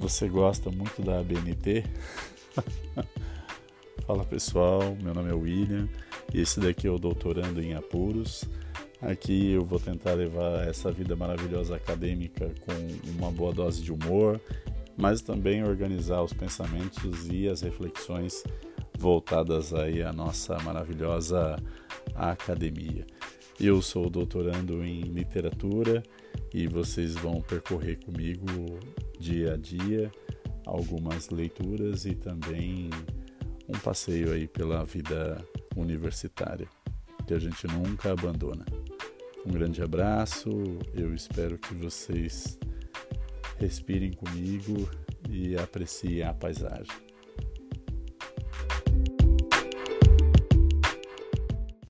Você gosta muito da ABNT? Fala pessoal, meu nome é William e esse daqui é o Doutorando em Apuros. Aqui eu vou tentar levar essa vida maravilhosa acadêmica com uma boa dose de humor, mas também organizar os pensamentos e as reflexões voltadas aí à nossa maravilhosa academia. Eu sou doutorando em literatura e vocês vão percorrer comigo dia a dia algumas leituras e também um passeio aí pela vida universitária, que a gente nunca abandona. Um grande abraço, eu espero que vocês respirem comigo e apreciem a paisagem.